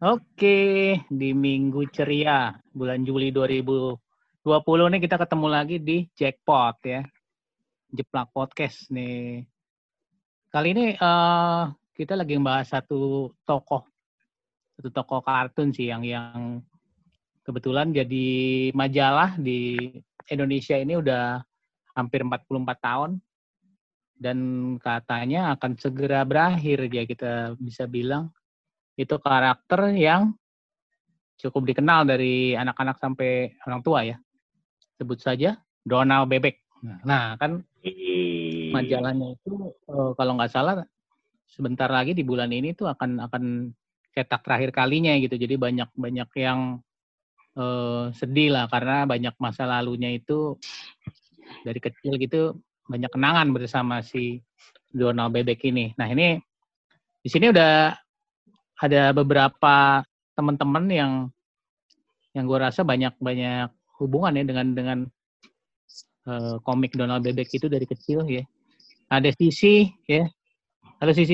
Oke, di minggu ceria bulan Juli 2020 nih kita ketemu lagi di Jackpot ya. Jeplak Podcast nih. Kali ini kita lagi membahas satu tokoh kartun sih yang kebetulan jadi majalah di Indonesia ini udah hampir 44 tahun dan katanya akan segera berakhir ya, kita bisa bilang. Itu karakter yang cukup dikenal dari anak-anak sampai orang tua ya. Sebut saja Donald Bebek. Nah, kan majalahnya itu kalau nggak salah sebentar lagi di bulan ini tuh akan cetak terakhir kalinya gitu. Jadi banyak yang sedih lah karena banyak masa lalunya itu dari kecil gitu, banyak kenangan bersama si Donald Bebek ini. Nah, ini di sini udah ada beberapa teman-teman yang gue rasa banyak hubungan ya dengan komik Donald Bebek itu dari kecil ya. Ada Sisi ya. Halo Sisi.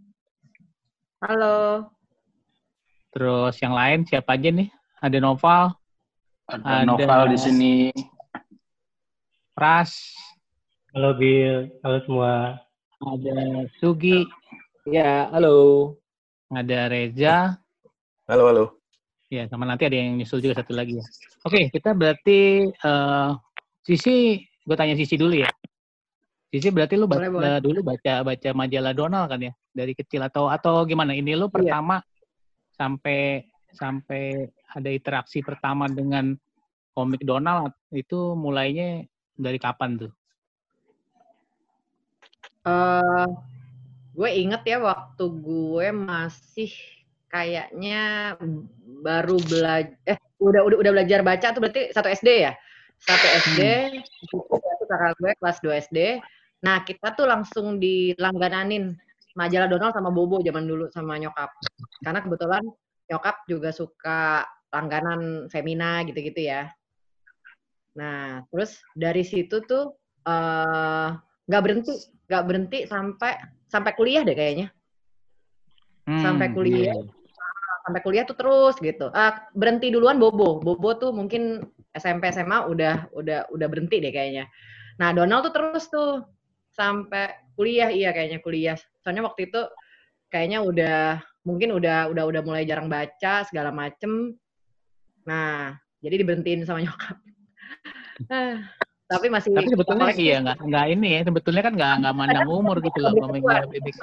Halo. Terus yang lain siapa aja nih? Ada Noval. Ada Noval di sini. Pras. Halo Bill. Halo semua. Ada Sugi. Ya, halo. Ada Reza. Halo. Ya, sama nanti ada yang nyusul juga satu lagi ya. Oke, kita berarti Sisi, gue tanya Sisi dulu ya. Sisi berarti lu dulu baca majalah Donald kan ya dari kecil atau gimana? Ini lu pertama sampai ada interaksi pertama dengan komik Donald itu mulainya dari kapan tuh? Gue inget ya waktu gue masih kayaknya baru udah belajar baca tuh berarti 1 SD ya. 1 SD itu kakak gue kelas 2 SD. Nah, kita tuh langsung dilanggananin majalah Donald sama Bobo zaman dulu sama nyokap. Karena kebetulan nyokap juga suka langganan Femina gitu-gitu ya. Nah, terus dari situ tuh nggak berhenti sampai kuliah deh kayaknya. Sampai kuliah tuh terus gitu. Berhenti duluan Bobo tuh mungkin SMP SMA udah berhenti deh kayaknya. Nah, Donald tuh terus tuh sampai kuliah, iya kayaknya kuliah. Soalnya waktu itu kayaknya udah mulai jarang baca segala macem. Nah, jadi diberhentiin sama nyokap. Tapi sebetulnya iya nggak ini ya, sebetulnya kan nggak mandang umur gitu loh komik Bebek.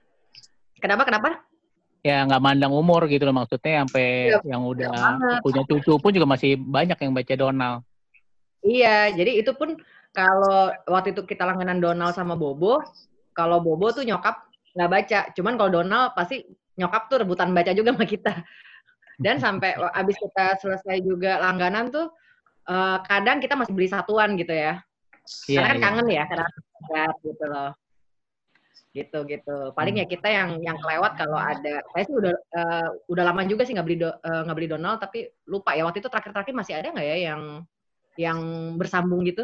Kenapa? Ya nggak mandang umur gitu loh, maksudnya sampai yang udah punya cucu pun juga masih banyak yang baca Donald. Iya, jadi itu pun kalau waktu itu kita langganan Donald sama Bobo, kalau Bobo tuh nyokap nggak baca, cuman kalau Donald pasti nyokap tuh rebutan baca juga sama kita. Dan sampai abis kita selesai juga langganan tuh, kadang kita masih beli satuan gitu ya. Karena kan kangen ya, karena gitu loh. Gitu. Paling ya kita yang kelewat kalau ada. Saya sih udah lama juga sih nggak beli Donald, tapi lupa ya waktu itu terakhir masih ada nggak ya yang bersambung gitu.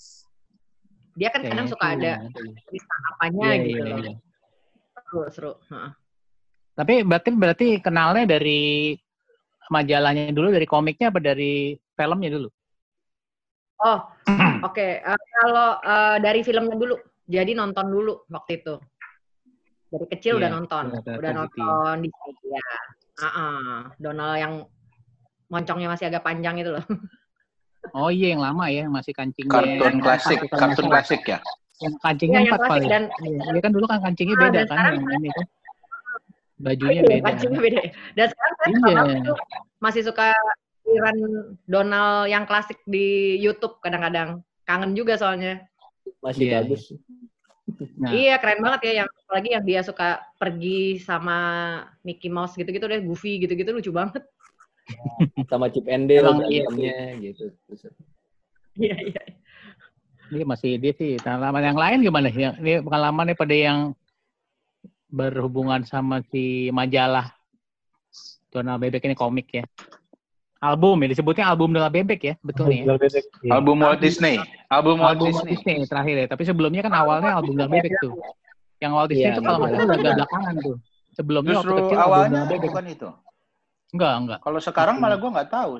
Dia kan kadang suka ada cerita apanya gitu loh. Seru. Tapi berarti kenalnya dari majalahnya dulu, dari komiknya apa dari filmnya dulu? Oh, oke. Kalau dari filmnya dulu, jadi nonton dulu waktu itu. Dari kecil udah nonton di ya. Donald yang moncongnya masih agak panjang itu loh. Oh iya, yang lama ya, masih kancingnya. Kartun klasik ya. Yang kancingnya 4 kali. Dan dia kan dulu kan kancingnya beda kan, yang ini kan. Bajunya beda. Kancingnya beda. Dan sekarang saya masih suka liran Donald yang klasik di YouTube kadang-kadang. Kangen juga soalnya. Masih bagus. Nah. Iya, keren banget ya, yang apalagi yang dia suka pergi sama Mickey Mouse gitu-gitu deh, Goofy gitu-gitu lucu banget. Sama Chip and Dale berantemnya gitu. Iya. Dia sih pengalaman yang lain gimana? Ini pengalamannya pada yang berhubungan sama si majalah Donald Bebek ini, komik ya. Album ya, disebutnya album Donald Bebek ya, betulnya ya. Album Walt Disney. Album Walt Disney terakhir ya, tapi sebelumnya kan awalnya album Donald Bebek tuh. Yang Walt Disney itu kalau nggak salah agak belakangan tuh. Sebelumnya justru waktu kecil awalnya album Donald Bebek. Bukan itu. Enggak. Kalau sekarang malah gue nggak tahu.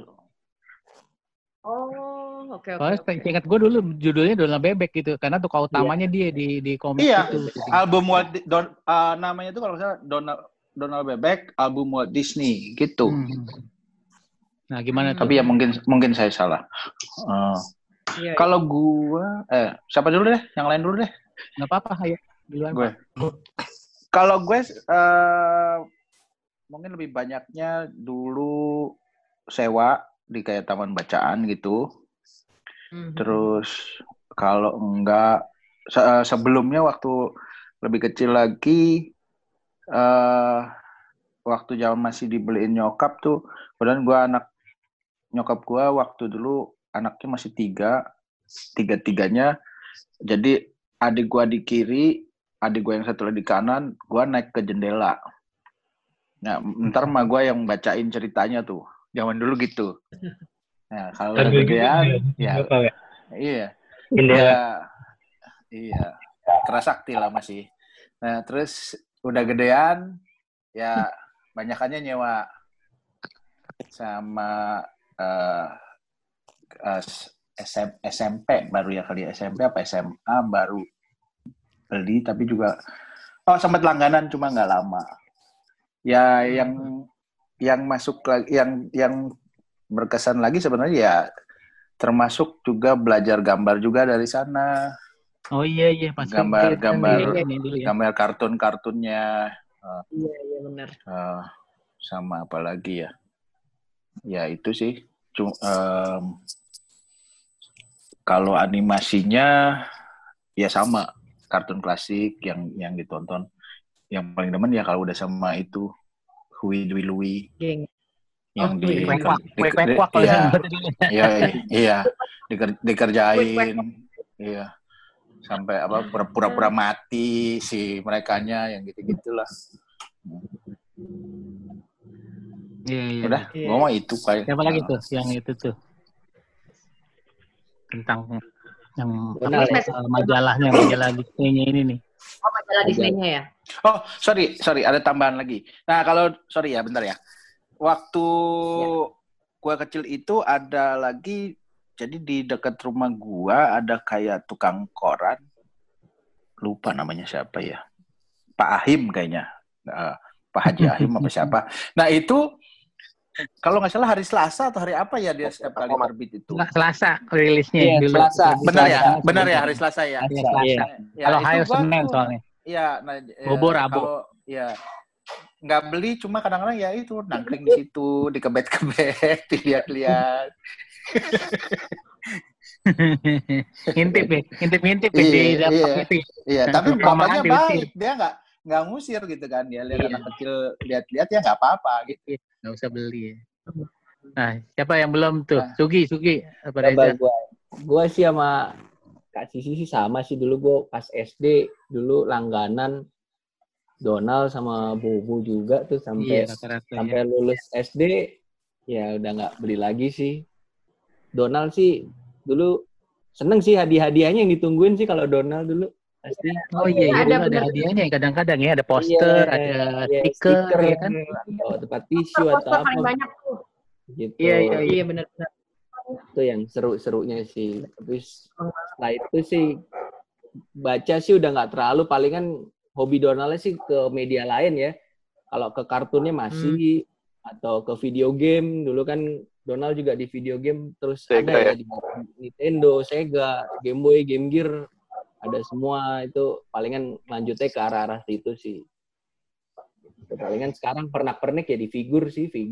Oh, oke. Soalnya ingat gue dulu judulnya Donald Bebek gitu, karena tokoh utamanya dia di komik Iya, itu. album namanya itu kalau nggak salah Donald Bebek, album Walt Disney gitu. Nah, gimana tuh? Tapi ya mungkin saya salah. Iya. Kalau gua, siapa dulu deh? Yang lain dulu deh. Nggak apa-apa, ayo. Duluan, Gue. Pak. Kalau gue mungkin lebih banyaknya dulu sewa di kayak taman bacaan gitu. Terus kalau enggak sebelumnya waktu lebih kecil lagi waktu zaman masih dibeliin nyokap tuh, kemudian gue anak nyokap gue waktu dulu anaknya masih tiga-tiganya, jadi adik gue di kiri, adik gue yang satu lagi di kanan, gue naik ke jendela. Nah, ntar mah gue yang bacain ceritanya tuh, zaman dulu gitu. Nah, kalau udah gedean, ya, iya, kerasakti lah masih. Nah, terus udah gedean, ya banyakannya nyewa sama SMP baru ya kali SMP apa SMA baru beli, tapi juga sempat langganan cuma nggak lama. Ya yang masuk lagi, yang berkesan lagi sebenarnya ya termasuk juga belajar gambar juga dari sana. Oh iya pasti. Gambar kartun-kartunnya. Iya benar. Sama apa lagi ya? Ya itu sih. Kalau animasinya ya sama kartun klasik yang ditonton. Yang paling demen ya kalau udah sama itu Hui Dwi Lui. Yang dikerjain. Iya. Sampai pura-pura mati si merekanya yang gitu-gitulah. Iya. Udah, gua mau itu kayak. Siapa lagi tuh yang itu tuh? Tentang yang majalah Disney-nya ini nih. Oh, majalah Disney-nya ya? Oh, sorry, ada tambahan lagi. Nah, kalau sorry ya, bentar ya. Waktu gua kecil itu ada lagi, jadi di dekat rumah gua ada kayak tukang koran. Lupa namanya siapa ya. Pak Ahim kayaknya. Pak Haji Ahim apa siapa. Nah, itu kalau nggak salah hari Selasa atau hari apa ya dia setiap kali terbit itu? Selasa rilisnya dulu. Selasa. Benar ya hari Selasa ya. Selasa. Kalau hari Senin soalnya. Iya, Bobo Rabu. Kalau ya nggak beli, cuma kadang-kadang ya itu nangkring di situ, dikebet-kebet, dilihat-lihat. Ngintip Iya, tapi bapaknya baik, dia nggak ngusir gitu kan, dia lihat anak kecil lihat-lihat ya nggak apa-apa gitu. Nggak usah beli ya. Nah, siapa yang belum tuh? Sugi apa Reza? Gua sih sama Kak Sisi sih sama sih, dulu gue pas SD dulu langganan Donald sama Bubu juga tuh sampai lulus SD ya udah nggak beli lagi sih. Donald sih dulu seneng sih, hadiah-hadiahnya yang ditungguin sih kalau Donald dulu pasti. Oh iya ada hadiahnya kadang-kadang ya, ada poster, ada stiker ya kan. Atau tempat tisu atau apa. Banyak tuh. Gitu. Iya benar-benar. Itu yang seru-serunya sih. Terus setelah itu sih baca sih udah nggak terlalu, palingan hobi Donaldnya sih ke media lain ya. Kalau ke kartunnya masih atau ke video game, dulu kan Donald juga di video game terus Sega, ada ya di Nintendo, Sega, Game Boy, Game Gear, ada semua itu. Palingan lanjutnya ke arah-arah situ sih. Palingan sekarang pernak-pernik ya di figur,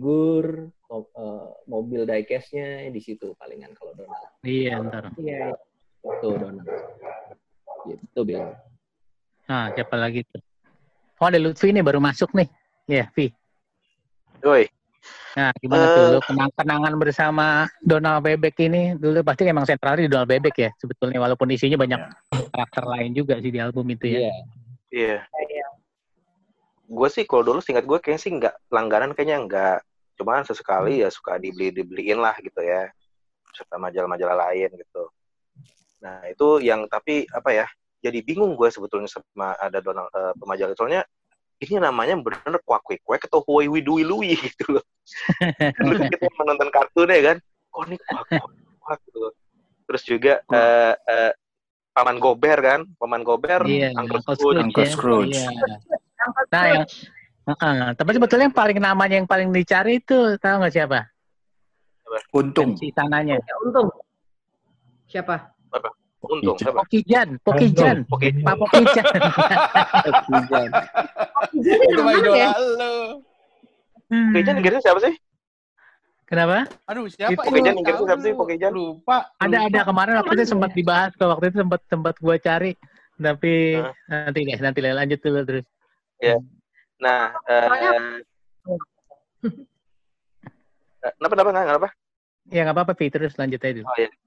mobil diecast-nya di situ palingan kalau Donald. Iya, ntar. Iya. Itu Donald. Gitu, Bel. Nah, siapa lagi tuh? Oh, ada Lutfi nih baru masuk nih. Iya, Vi. Oi. Nah, gimana tuh lu kenangan bersama Donald Bebek ini? Dulu pasti emang sentral di Donald Bebek ya sebetulnya, walaupun isinya banyak karakter lain juga sih di album itu ya. Iya. Gue sih kalau dulu seingat gue kayaknya sih nggak langganan, kayaknya nggak, cuman sesekali ya suka dibeliin lah gitu ya, serta majalah-majalah lain gitu. Nah itu yang tapi apa ya, jadi bingung gue sebetulnya sama ada Donald majalah, soalnya ini namanya bener kuak-kuak atau huai widui lui gitu loh. Terus kita menonton kartunnya kan, kok ini kuak gitu. Terus juga Paman Gober kan, Paman Gober, Iya, Uncle Uncle Scrooge. Iya. Nah, yang tapi sebetulnya yang paling dicari itu tahu nggak siapa? Untung. MC sananya. Ya, Untung. Siapa? Apa? Untung siapa? Pokijan. Pak Pokijan. Pokijan. Itu mah idola lo. Pokijan Inggrisnya siapa sih? Kenapa? Aduh, siapa Pokijan Inggrisnya siapa sih Pokijan? Lupa. Ada kemarin waktu itu sempat dibahas waktu itu sempat gua cari tapi nanti lanjut dulu terus. Ya. Nah, kenapa? Ya nggak apa-apa, Pi, terus lanjut aja dulu. Oh ya.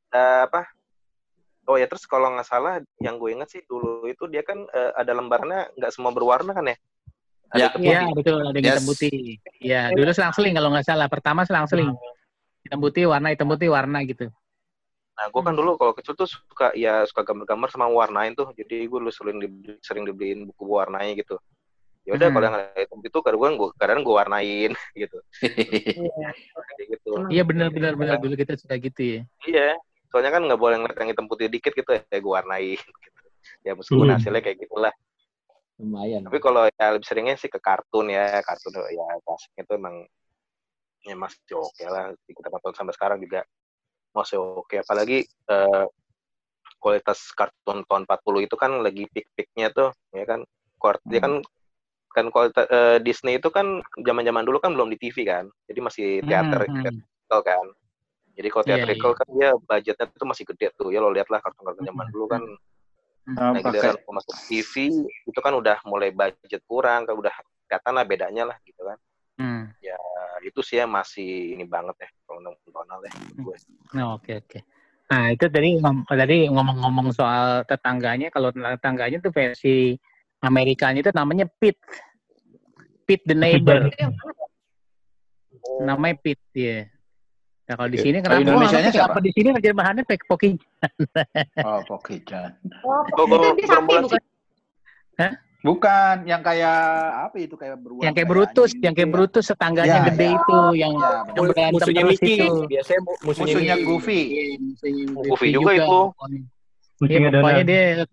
Oh ya, terus kalau nggak salah yang gue ingat sih dulu itu dia kan ada lembarannya nggak semua berwarna kan ya? Iya, betul, ada yang hitam putih. Iya, dulu selang-seling kalau nggak salah. Pertama selang-seling. Hitam putih warna gitu. Nah, gue kan dulu kalau kecil tuh suka gambar-gambar sama warnain tuh. Jadi gue dulu sering dibeliin buku warnanya gitu. Ya udah kalau yang hitam itu kadang gue warnain gitu. Gitu. Iya benar dulu kita suka gitu ya. Iya, soalnya kan nggak boleh ngeliat yang hitam putih dikit gitu ya gue warnain. Gitu. Ya meskipun hasilnya kayak gitulah. Lumayan. Tapi kalau ya lebih seringnya sih ke kartun ya klasiknya itu emang ya masih oke lah. Kita tonton sampai sekarang juga masih oke. Apalagi kualitas kartun tahun 40 itu kan lagi peak-peaknya tuh, ya kan. Dia kan kualitas Disney itu kan zaman-zaman dulu kan belum di TV kan. Jadi masih teater kan. Jadi kalau theatrical kan dia budgetnya itu masih gede tuh. Ya lo lihatlah kartun-kartun zaman dulu kan. Nah, giliran masuk TV itu kan udah mulai budget kurang, kan udah kelihatan lah bedanya lah gitu kan. Ya itu sih ya masih ini banget ya kalau nonton ya gue. Oke. Nah itu tadi ngomong-ngomong soal tetangganya, kalau tetangganya tuh versi Amerikanya itu namanya Pete the Neighbor. Namanya Pete ya. Nah kalau di sini kenapa di sini terjemahannya Pokijan? Oh, Pokijan. Itu sapi bukan? Hah? Bukan, yang kayak apa itu kayak beruang. Yang kayak Brutus, tetangganya gede itu, yang berantem musuhnya terus Mickey. itu. Biasanya musuhnya Goofy. Goofy juga itu. Iya, pokoknya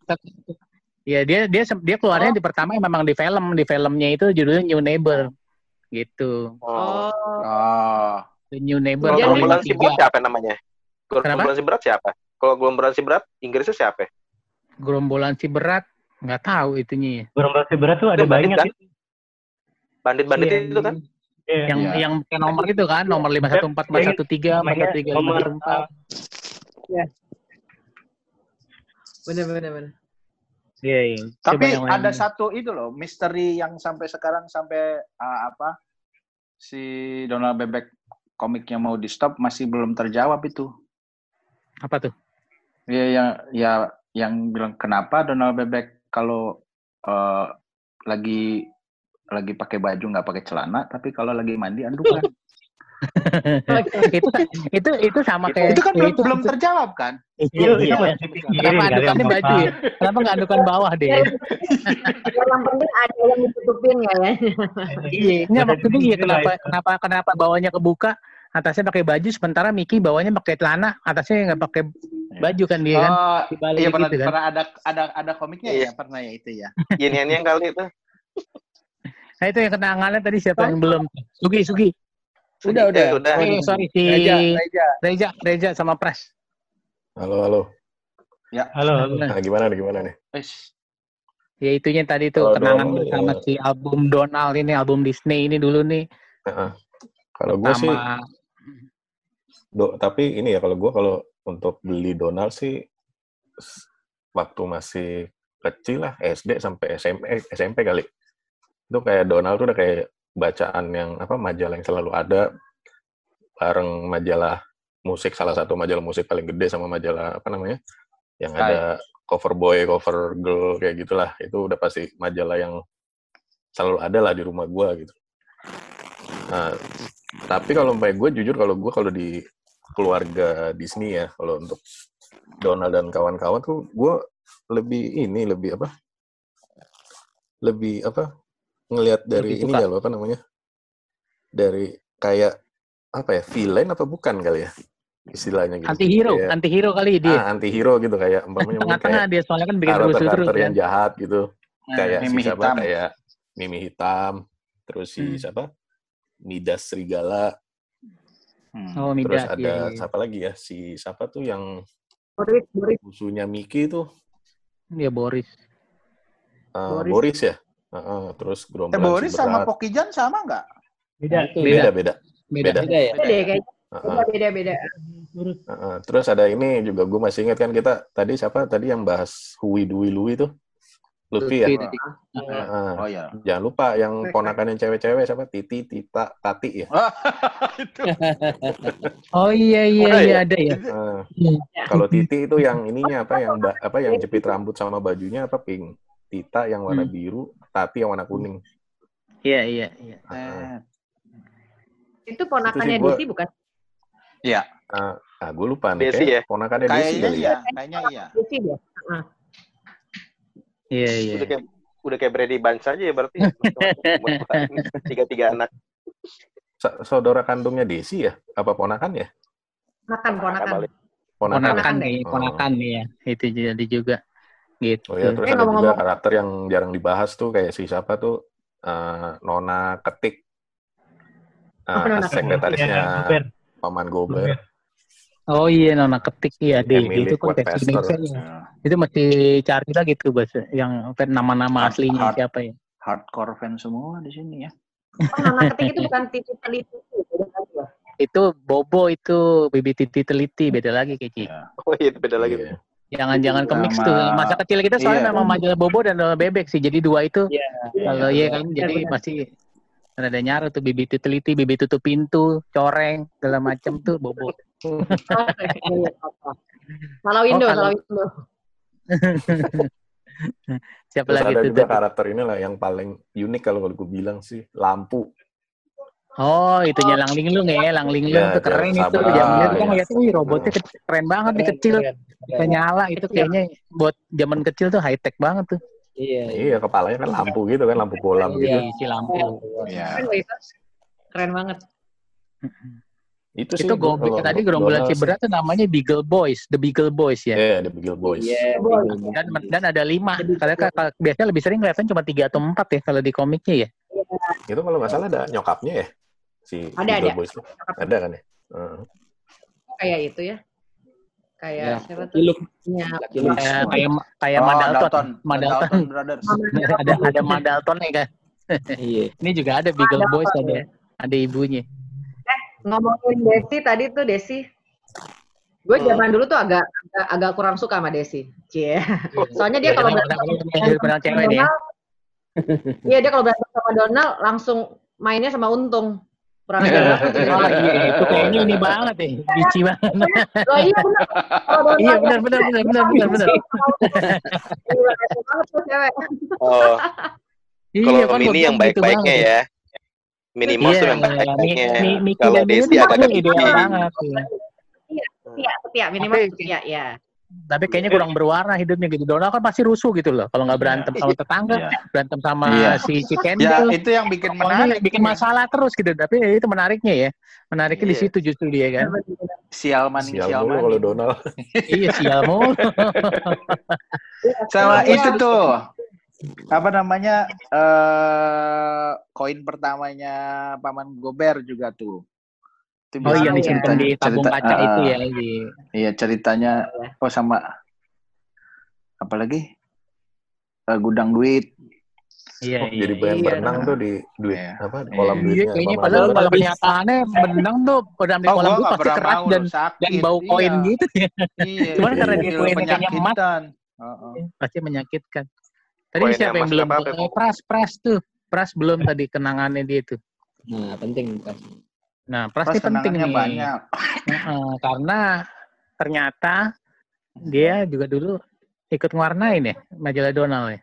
dia keluarnya di pertama memang di filmnya itu judulnya New Neighbor gitu. The New Neighbor. Kalau Gerombolan Si Berat siapa namanya? Gerombolan Si Berat siapa? Kalau Gerombolan Si Berat Inggrisnya siapa? Gerombolan Si Berat nggak tahu itunya. Gerombolan Si Berat tuh ada banyak kan? Bandit-bandit itu kan? Yang pakai nomor itu kan, nomor 514, 413, 435, 514. Iya. Benar. Iya. Tapi ada satu itu loh, misteri yang sampai sekarang si Donald Bebek komiknya mau di stop masih belum terjawab itu. Apa tuh? Yang bilang kenapa Donald Bebek kalau lagi pakai baju nggak pakai celana, tapi kalau lagi mandi andukan. itu sama kayak itu kan belum terjawab kan? Iya. Kenapa andukannya baju ya? Kenapa nggak andukan bawah deh? Yang penting ada yang ditutupin ya. Iya, nggak waktu itu ya kenapa bawahnya kebuka, atasnya pakai baju, sementara Mickey bawahnya pakai celana, atasnya nggak pakai baju kan dia kan? Iya pernah ada komiknya ya pernah ya itu ya. Ini yang kali itu. Nah itu yang kenangannya tadi siapa yang belum? Sugi. Udah. Sorry si Reja sama Pres. Halo. Ya. Halo. Nah, gimana nih? Ya itunya tadi tuh kenangan bersama si album Donald ini, album Disney ini dulu nih. Kalau gue sih, tapi ini ya kalau untuk beli Donald sih waktu masih kecil lah, SD sampai SMP kali. Itu kayak Donald tuh udah kayak bacaan yang majalah yang selalu ada bareng majalah musik, salah satu majalah musik paling gede sama majalah yang ada cover boy, cover girl kayak gitulah. Itu udah pasti majalah yang selalu ada lah di rumah gua gitu. Nah, tapi kalau gue jujur kalau di keluarga Disney ya, kalau untuk Donald dan kawan-kawan tuh gue lebih ngelihat dari Lebih ini suka. ya, apa namanya? Dari kayak apa ya? Villain apa bukan kali ya? Istilahnya gitu. Kayak, Anti-hero kali dia. Anti-hero gitu kayak umpamanya mungkin Tengah-tengah kayak dia soalnya kan bikin rusuh terus karakter kan. yang jahat gitu. Kayak si Mimi siapa? hitam. Kayak Mimi Hitam, terus si siapa? Midas Serigala. Oh, Terus Midas. ada Iya. siapa lagi ya? Si siapa tuh yang Boris. musuhnya Mickey tuh? Dia Boris. Boris ya? Terus Gerombolan Boris sama Berat. Pokijan sama nggak? Beda. Beda. Beda ya? Beda ya kayaknya. Beda. Terus ada ini juga gue masih ingat kan kita tadi siapa tadi yang bahas Hui Dui Lui tuh Luffy ya. Tadi. Oh ya. Jangan lupa yang ponakan yang cewek-cewek siapa Titi, Tita, Tati ya. Itu. Oh iya ada ya. Kalau Titi itu yang ininya apa yang jepit rambut sama bajunya apa pink. Tita yang warna biru, Tati yang warna kuning. Iya. Itu ponakannya Desi bukan? Iya. Gue lupa nih. Desi ya? Ponakannya Desi kali ya. Kayaknya iya. Desi ya. Iya. Udah kayak Brady Bunch aja ya berarti. Tiga anak. Saudara kandungnya Desi ya? Apa ponakan ya? Ponakan. Ponakan ya. Itu jadi juga. Gitu. Oh ya, terus ada juga karakter yang jarang dibahas tuh kayak si siapa tuh Nona Ketik. Sekretarisnya Paman Gober. Oh iya, Nona Ketik ya deh. Itu kan Quadcaster. Indonesia ya. Itu mesti cari lagi tuh Bos, yang nama-nama aslinya siapa ya? Hardcore fans semua di sini ya. Nona Ketik itu bukan Titi Teliti. Itu Bobo itu Bibi Titi Teliti beda lagi Keci. Oh iya, beda lagi. Jangan ke mix tuh. Masa kecil kita soalnya memang majalah Bobo dan Bebek sih. Jadi dua itu kalau kan jadi masih ada nyaru tuh Bibi Teliti, Bibi Tutup Pintu, Coreng, segala macam tuh Bobo. Salah Indo. Siapa terus lagi ada tuh? Juga karakter inilah yang paling unik kalau gue bilang sih Lampu. Oh, itunya Lang Linglung ya, Lang Linglung tuh keren itu. Zamannya kita ngeliatnya robotnya keren banget nih kecil. Bisa nyala itu kayaknya buat zaman kecil tuh high tech banget tuh. Iya, kepalanya kan lampu gitu kan, lampu bolam gitu. Isi lampu. Iya. Keren banget. Itu tadi Gerombolan Ciberat tuh namanya Beagle Boys, The Beagle Boys ya. Iya, The Beagle Boys. Dan ada 5. Karena biasanya lebih sering kelihatan cuma 3 atau 4 ya kalau di komiknya ya. Itu kalau nggak salah ada nyokapnya ya. Si Beagle Boys itu. Ada kan ya? Kayak itu ya. Kayak siapa tuh? Kayak Madalton Brothers. ada Madalton ya kan. Iya. Ini juga ada Beagle Boys ada ibunya. Ngomongin Desi tadi tuh Desi. Gue zaman dulu tuh agak kurang suka sama Desi. Soalnya dia kalau berantem cewek dia. Iya, dia kalau berantem sama Donald langsung mainnya sama Untung. Kurang ajar banget. Itu kayaknya ini banget ya, bici banget. Oh iya benar. Iya benar. Oh. Kalau Mini yang gitu baik-baiknya ya. Mini Mouse tuh yang baik-baiknya. Kalau Desi agak ideal banget. Setia, Mini Mouse setia ya. Tapi kayaknya kurang berwarna hidupnya gitu. Donald kan pasti rusuh gitu loh. Kalau nggak berantem sama tetangga, berantem sama si Kendall. Ya, itu yang bikin menarik. Bikin masalah terus gitu. Tapi itu menariknya ya. Menariknya di situ justru dia kan. Sial mulu kalau Donald. Iya, sial mulu. Sama itu tuh. Apa namanya? Koin pertamanya Paman Gober juga tuh. Yang disimpan di tabung kaca itu ya. Iya, ceritanya sama apa lagi? Gudang duit. Iya. Jadi berenang tuh di duit apa di kolam duitnya. Kayaknya padahal kalau kenyataannya berenang tuh di kolam duit pasti keras dan bau koin gitu ya. Iya. Cuman karena dia koinnya kayaknya emas, pasti menyakitkan. Tadi siapa yang belum? Pras belum tadi kenangannya dia tuh. Nah, penting Pras. Nah, Pras ini penting nih. Banyak. Karena ternyata dia juga dulu ikut ngewarnain ya majalah Donald ya.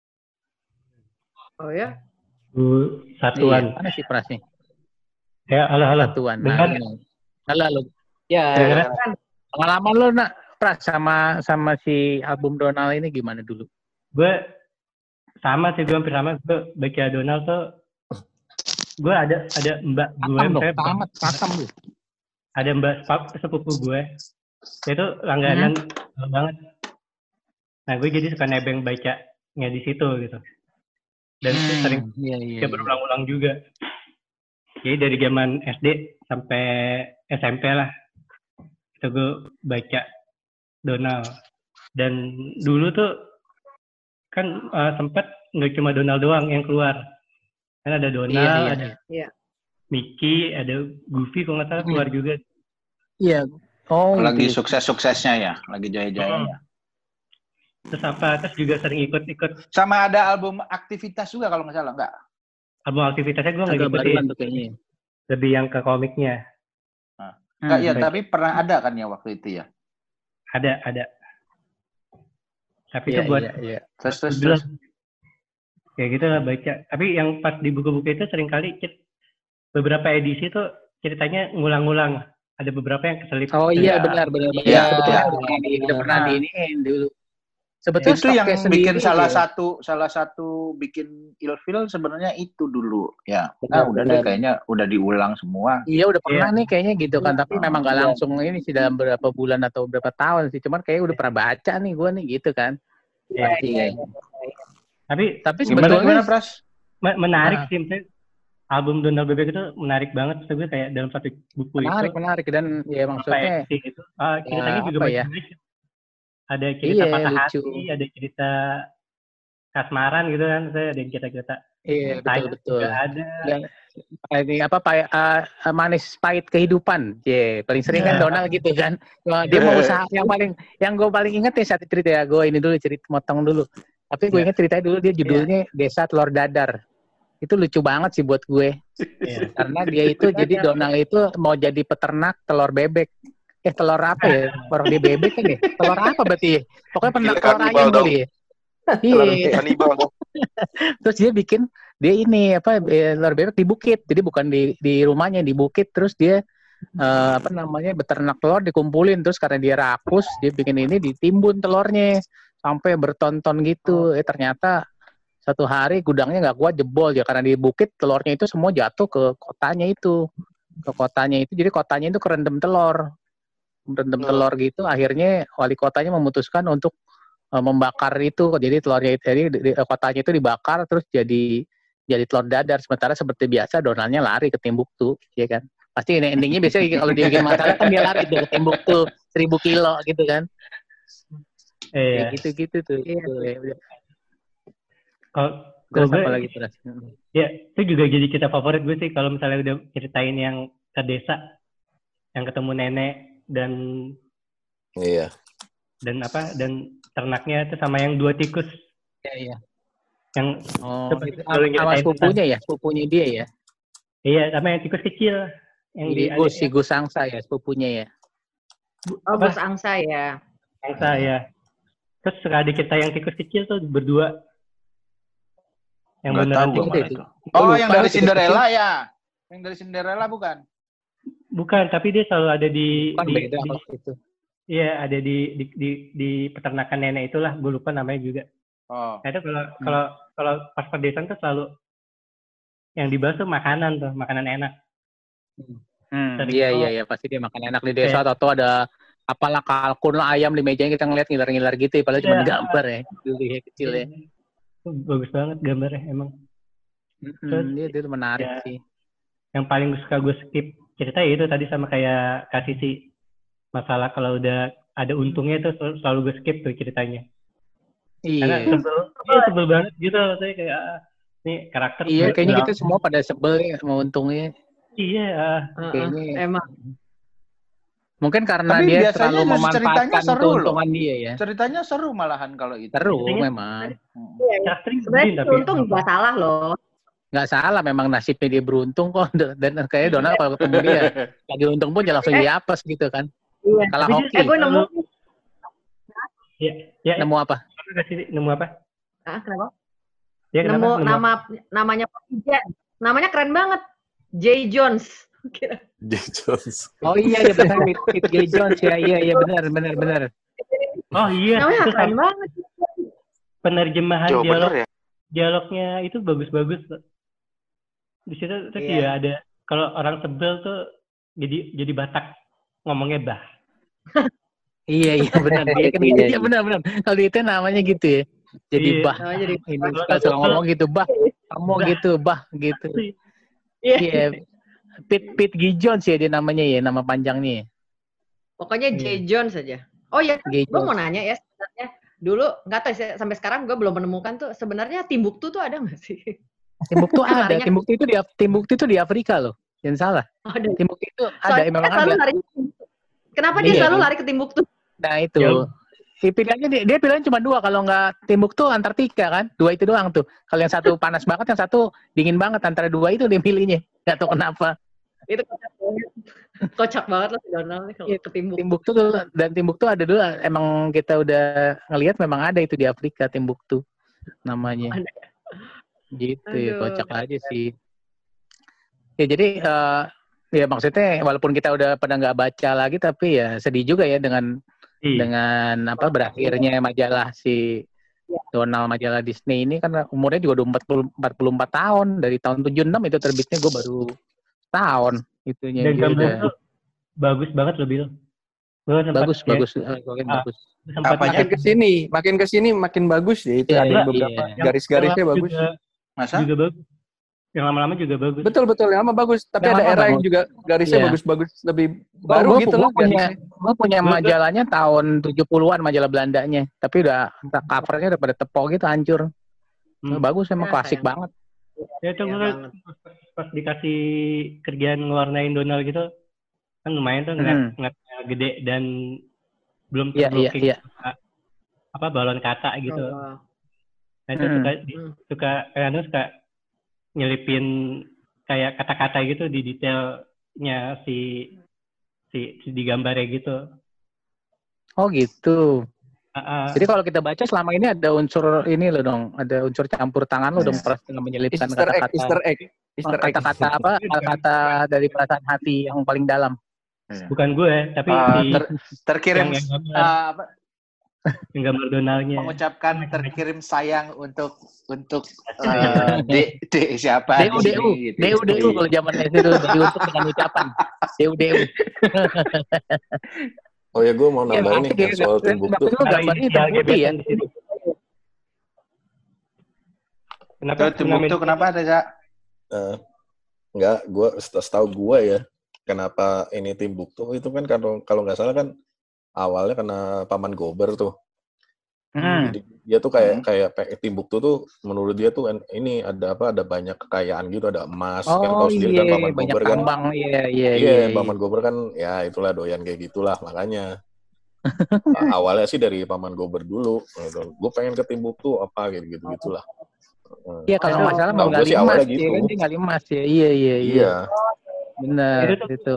Oh ya? Satuan. Mana sih Pras nih? Ya, halo. Satuan. Halo. Ya. Pengalaman lo Pras sama si album Donald ini gimana dulu? Gue Sama sih, gue hampir sama. Gue baca Donald tuh, gue ada mbak gue, Patam. Ada mbak sepupu gue, itu langganan banget. Nah, gue jadi suka nebeng bacanya di situ gitu. Dan sering berulang-ulang juga. Jadi dari zaman SD sampai SMP lah, itu gue baca Donald. Dan dulu tuh kan sempet nggak cuma Donald doang yang keluar. Kan ada Donald, ada Mickey, ada Goofy kalau nggak salah keluar juga. Iya. Oh, lagi sukses-suksesnya ya, lagi jaya-jayanya. Terus terus juga sering ikut. Sama ada album aktivitas juga kalau nggak salah, nggak? Album aktivitasnya gue nggak ngikutin. Lebih yang ke komiknya. Nggak, ya, tapi pernah ada kan ya waktu itu ya? Ada. Tapi itu buat terus. Kayak gitu lah baca. Tapi yang pas di buku-buku itu sering kali beberapa edisi tuh ceritanya ngulang-ngulang. Ada beberapa yang keselip. Oh iya, benar. Iya, sebetulnya udah pernah diiniin dulu. Sebetulnya itu yang bikin salah ya. satu bikin ilfil sebenarnya itu dulu ya. Udah kayaknya udah diulang semua. Iya, udah pernah nih kayaknya gitu kan, tapi memang nggak langsung ini sih dalam berapa bulan atau berapa tahun sih. Cuman kayaknya udah pernah baca nih gue nih gitu kan. Iya. Tapi sebetulnya Pras? Menarik sih, misalnya album Donald Bebek itu menarik banget. Sebenarnya kayak dalam satu buku menarik dan ya maksudnya gitu. Ceritanya juga macam-macam. Ada cerita patah hati, ada cerita kasmaran gitu kan, ada yang cerita-cerita. Iya, betul. Ada. Ini manis pahit kehidupan. Paling sering kan Donald gitu kan. Dia mau usaha yang gue paling inget ya satu cerita ya. Gue ini dulu motong dulu. Tapi gue inget ceritanya dulu dia judulnya Desa Telur Dadar. Itu lucu banget sih buat gue. Karena dia itu jadi Donald itu mau jadi peternak telur bebek. Telur apa ya? Orang dia bebek kan ya? Telur apa berarti ya? Pokoknya peternak telur ayam dulu ya. Iya. Terus dia bikin telur bebek di bukit. Jadi bukan di rumahnya, di bukit. Terus dia beternak telur dikumpulin. Terus karena dia rakus, dia bikin ini ditimbun telurnya sampai berton-ton gitu. Ternyata satu hari gudangnya nggak kuat, jebol ya, karena di bukit telurnya itu semua jatuh ke kotanya itu. Jadi kotanya itu kerendam telur gitu. Akhirnya wali kotanya memutuskan untuk membakar itu. Jadi kotanya itu dibakar terus jadi telur dadar. Sementara seperti biasa Donaldnya lari ke Timbuktu, ya kan? Pasti endingnya biasanya kalau dia bikin masalah kan dia lari ke Timbuktu 1000 kilo gitu kan? Gitu tuh. Kalau gue lagi terus. Ya, itu juga jadi cerita favorit gue sih kalau misalnya udah ceritain yang ke desa, yang ketemu nenek dan ternaknya itu sama yang 2 tikus. Iya. Yang sama sepupunya dia ya. Iya, sama yang tikus kecil. Yang si Gus Angsa ya, sepupunya ya. Gus Angsa ya. Angsa ya. Terus ada kita yang tikus kecil tuh berdua. Yang beneran itu. Oh, yang dari Cinderella ya. Yang dari Cinderella bukan? Bukan, tapi dia selalu ada beda itu. Iya, ada di peternakan nenek itulah, gue lupa namanya juga. Oh. Nah, itu kalau pas perdesaan tuh selalu yang dibahas tuh makanan enak. Iya, pasti dia makan enak di desa atau ada apalah kalkun lah, ayam di mejanya kita ngeliat ngiler-ngiler gitu, padahal cuma gambar ya, dulu ya kecil ya. Bagus banget gambarnya emang. Dia itu menarik sih. Yang paling suka gue skip cerita ya itu tadi sama kayak kasih sih, masalah kalau udah ada untungnya tuh selalu gue skip tuh ceritanya. Iya. Karena sebel banget gitu, saya kayak nih karakter. Iya, kayaknya kita semua pada sebel ya sama untungnya. Iya. Kayaknya emang. Mungkin karena tapi dia terlalu memanfaatkan keuntungan dia ya. Ceritanya seru malahan kalau itu. Seru memang. Sebenarnya untung nggak salah loh. Nggak salah, memang nasibnya dia beruntung kok. Dan kayaknya Donald kalau ketemu dia lagi untung pun langsung diapes gitu kan. Iya. Kalah hoki. Gue nemu. Ya. Nemu apa? Nemu apa? Kenapa? Ya, nemu namanya namanya keren banget. J. Jones. J. Jones. Oh iya, benar J. Jones ya. Iya benar. Oh iya. Namanya keren banget. Penerjemahan dialog. Ya? dialognya itu bagus-bagus. Di situ terus ya ada kalau orang sebel tuh jadi Batak ngomongnya bah. Iya benar. Dia kan iya benar. Kalau itu namanya gitu ya. Jadi bah. Ini kalau ngomong gitu bah. Kamu gitu bah gitu. Iya. Pete Gijones ya dia namanya ya, nama panjangnya. Pokoknya J. Jones saja. Oh ya, gue mau nanya ya sebenarnya. Dulu nggak tahu sampai sekarang gue belum menemukan tuh sebenarnya Timbuktu tuh ada nggak sih? Timbuktu ada. Timbuktu itu di Afrika loh. Jangan salah. Timbuktu itu ada, memang ada. Kenapa dia selalu lari ke Timbuktu? Nah itu. Pilihannya dia pilihan cuma 2, kalau nggak Timbuktu Antartika kan, 2 itu doang tuh. Kalau yang satu panas banget, yang satu dingin banget, antara 2 itu dia pilihnya. Nggak tahu kenapa. Itu kocak banget loh si Donald nih kalau ke Timbuktu. Timbuktu dan Timbuktu ada dulu, emang kita udah ngelihat memang ada itu di Afrika Timbuktu namanya. Gitu ya, kocak aja sih. Ya jadi ya maksudnya walaupun kita udah pada nggak baca lagi, tapi ya sedih juga ya dengan berakhirnya majalah si Donald, majalah Disney ini, karena umurnya juga udah 44 tahun, dari tahun 76 itu terbitnya, gue baru tahun itunya. Dan gambar itu bagus banget loh, Bil. Bagus. Makin kesini makin bagus ya, itu ada beberapa garis-garisnya bagus. Masa? Juga bagus. Yang lama-lama juga bagus. Betul, yang lama bagus. Tapi yang ada era yang juga garisnya bagus-bagus, lebih baru gitu loh. Gue punya majalahnya tahun 70-an, majalah Belandanya. Tapi udah covernya udah pada tepok gitu, hancur. Bagus, emang klasik banget. Ya itu pas dikasih kerjaan ngewarnain Donald gitu, kan lumayan tuh ngeliat gede dan belum terblocking balon kata gitu. Nah itu suka nyelipin kayak kata-kata gitu di detailnya si di gambarnya gitu. Oh gitu. Jadi kalau kita baca selama ini ada unsur ini loh dong, ada unsur campur tangan lo dong, pernah menyelipkan kata-kata dari perasaan hati yang paling dalam. Bukan gue, tapi terkirim yang gambar Donaldnya. Mengucapkan terkirim sayang untuk siapa? DU kalau zaman itu untuk dengan ucapan DU. Oh ya, gue mau nambahin nih soal Timbuktu. Gambarnya hitam putih ya. Kenapa Timbuktu kenapa ada, Kak? Enggak, gue setahu gue ya, kenapa ini Timbuktu itu kan kalau nggak salah kan awalnya karena Paman Gober tuh. Jadi dia tuh kayak Timbuktu tuh menurut dia tuh ini ada banyak kekayaan gitu, ada emas kan, tahu sendiri kan Paman Gober kan. Iya, Paman Gober kan ya itulah doyan kayak gitulah, makanya awalnya sih dari Paman Gober dulu. Gue pengen ke Timbuktu apa gitu-gitulah. Iya, kalau nggak salah menggali emas gitu. Ya kan, dia gali emas ya. Iya. Benar itu.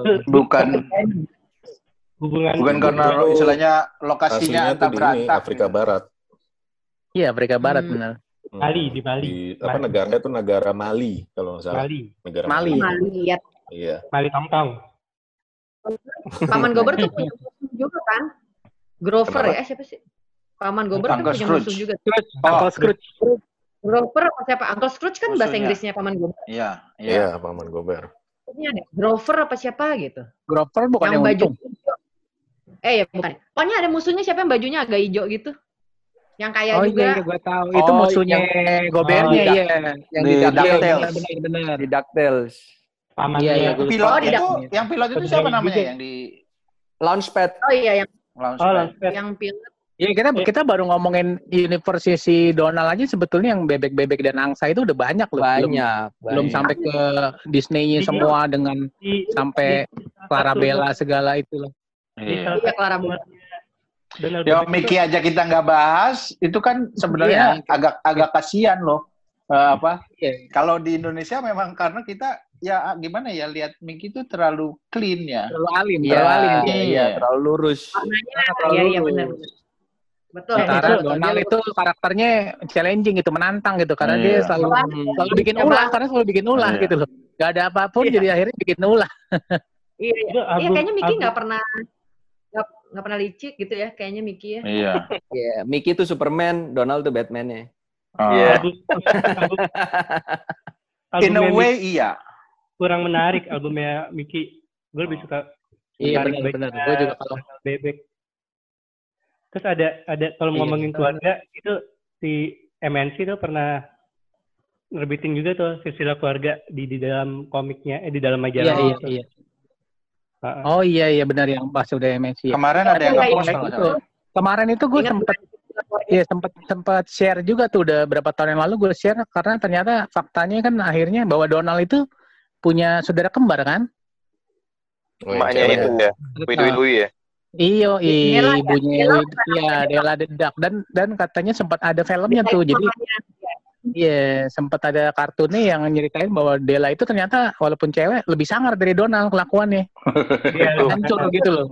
Bukan karena istilahnya lokasinya entah berantak. Afrika Barat. Iya, Afrika Barat benar. Di Bali. Negaranya itu negara Mali kalau nggak salah. Negara Mali. Ya. Iya. Mali Tong. Paman Gober tuh punya musuh juga kan? Grover ya, siapa sih? Paman Gober kan punya musuh juga. Uncle Scrooge. Grover apa siapa? Uncle Scrooge kan bahasa Inggrisnya Paman Gober. Iya, Paman Gober. Ini ada Grover apa siapa gitu? Grover bukan yang baju untung. Ya bukan. Pokoknya ada musuhnya siapa yang bajunya agak hijau gitu. Yang kaya juga. Iya, gue tahu. Itu musuhnya Gobernya ya. Yang di DuckTales. Benar. Di DuckTales. Iya, yang pilot itu siapa namanya yang di Launchpad. Oh iya, yang Launchpad. Yang pilot. Iya, kita baru ngomongin universe si Donald aja, sebetulnya yang bebek-bebek dan angsa itu udah banyak loh. Belum sampai ke Disney-nya semua dengan sampai Clarabella segala itu loh. Iya, Clarabella. Ya, Mickey aja kita nggak bahas, itu kan sebenarnya agak kasihan loh. Kalau di Indonesia memang karena kita ya gimana ya, lihat Mickey itu terlalu clean ya. Terlalu alim. Terlalu lurus. Iya, benar. Betul. Sementara Donald itu karakternya challenging gitu, menantang gitu, karena dia selalu bikin ulah, gitu loh. Gak ada apapun jadi akhirnya bikin ulah. Iya, kayaknya Mickey nggak pernah licik gitu ya, kayaknya Mickey ya. Iya. Mickey itu Superman, Donald itu Batman-nya. Iya. In a albumnya way, iya. kurang menarik albumnya Miki. Gue lebih suka Iya menarik benar. Gue juga kalau Bebek. Terus ada kalau Iya. ngomongin keluarga itu si MNC tuh pernah nerbitin juga tuh silsilah keluarga di dalam komiknya, di dalam majalah. Iya. Oh iya benar yang pas udah MNC. Kemarin ada yang nge-post kalau nggak itu. salah. Kemarin itu gue sempat share juga tuh udah berapa tahun yang lalu gue share karena ternyata faktanya kan akhirnya bahwa Donald itu punya saudara kembar kan? Emaknya itu ya, Widwi ya. Iyo, ibunya Della the Duck dan katanya sempat ada filmnya tuh. Jadi iya, sempat ada kartunnya yang nyeritain bahwa Della itu ternyata walaupun cewek lebih sangar dari Donald kelakuannya. Hancur gitu loh.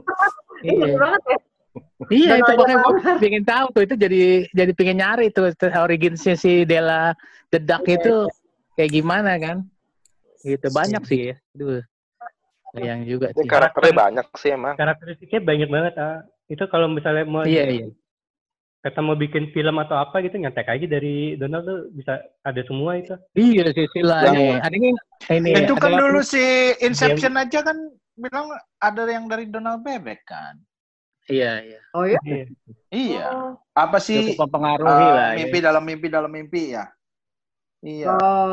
Iya itu pokoknya gue pengen tahu tuh itu jadi pengen nyari tuh originsnya si Della the Duck itu kayak gimana kan? Gitu banyak sih ya. Aduh. Sayang juga sih. Karakternya banyak sih emang. Karakteristiknya banyak banget. Itu kalau misalnya mau kata mau bikin film atau apa gitu nyantek aja dari Donald tuh bisa ada semua itu. Iya silsilahnya. Ada ini. Itu kan dulu si Inception aja kan bilang ada yang dari Donald Bebek kan. Iya. Oh ya? Iya. Apa sih? Mempengaruhi lah. Mimpi dalam mimpi ya. Iya.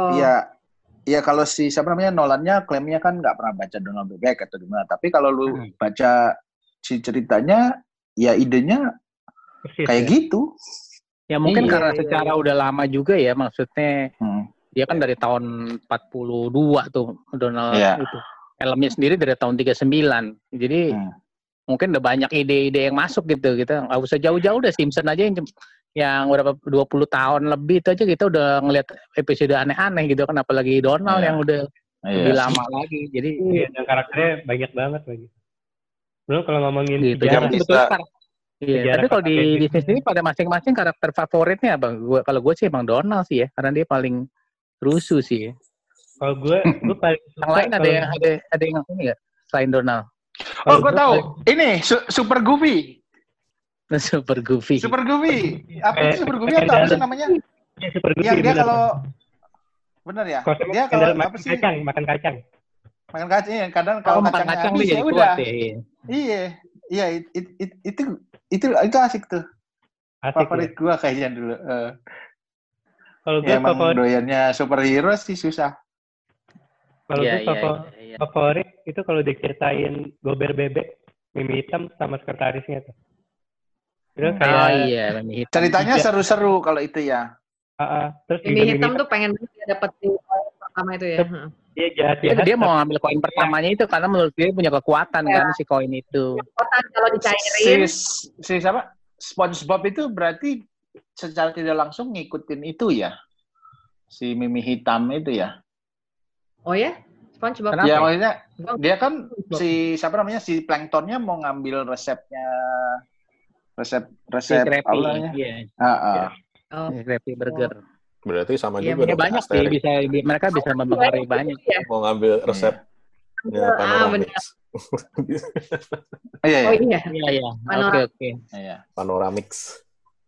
Iya kalau si siapa namanya Nolannya klaimnya kan nggak pernah baca Donald Bebek atau gimana. Tapi kalau lu baca si ceritanya, ya idenya kayak gitu. Ya mungkin karena secara udah lama juga ya maksudnya. Dia kan dari tahun 42 tuh Donald itu. Filmnya sendiri dari tahun 39. Jadi mungkin udah banyak ide-ide yang masuk gitu. Kita nggak usah jauh-jauh deh Simpson aja yang berapa 20 tahun lebih itu aja kita udah ngeliat episode aneh-aneh gitu kan apalagi Donald yang udah lebih lama lagi. Jadi dan karakternya banyak banget lagi. Belum kalau ngomongin gitu. sejarah. Tapi kalau di Disney sendiri pada masing-masing karakter favoritnya apa? Kalau gue sih emang Donald sih ya, karena dia paling rusuh sih. Kalau gue paling suka. Yang lain ada yang ini nggak selain Donald? Oh, gue tahu. Ini Super Goofy. Super Goofy. Apa itu Super Goofy atau apa sih namanya? Ya, Super Goofy. Yang dia kalau benar ya? Dia kalau apa sih? Makan kacang. Makan kacang ya. Kadang kalau kacangnya habis ya udah. Iya. Itu asik tuh. Favorit gua kayaknya dulu. Kalau gue emang doyannya superhero sih susah. Kalau gue favorit itu kalau diceritain Gober Bebek, Mimi Hitam sama sekretarisnya tuh. Terus kayak Mimi Hitam. Ceritanya seru-seru kalau itu ya. Terus Mimi Hitam tuh pengen dapat pertama itu ya. Dia jahat. Dia mau ngambil koin pertamanya itu karena menurut dia punya kekuatan kan si koin itu. Kekuatan kalau dicairin. Si siapa? SpongeBob itu berarti secara tidak langsung ngikutin itu ya. Si Mimi Hitam itu ya. Oh ya? SpongeBob. Ya maksudnya dia kan si siapa namanya si Planktonnya mau ngambil resepnya resep apa namanya? Krabby Burger. Berarti sama juga dong. Banyak sih mereka bisa mempengaruhi banyak. Mau ngambil resepnya Panoramix. Iya. Oke. Panoramix.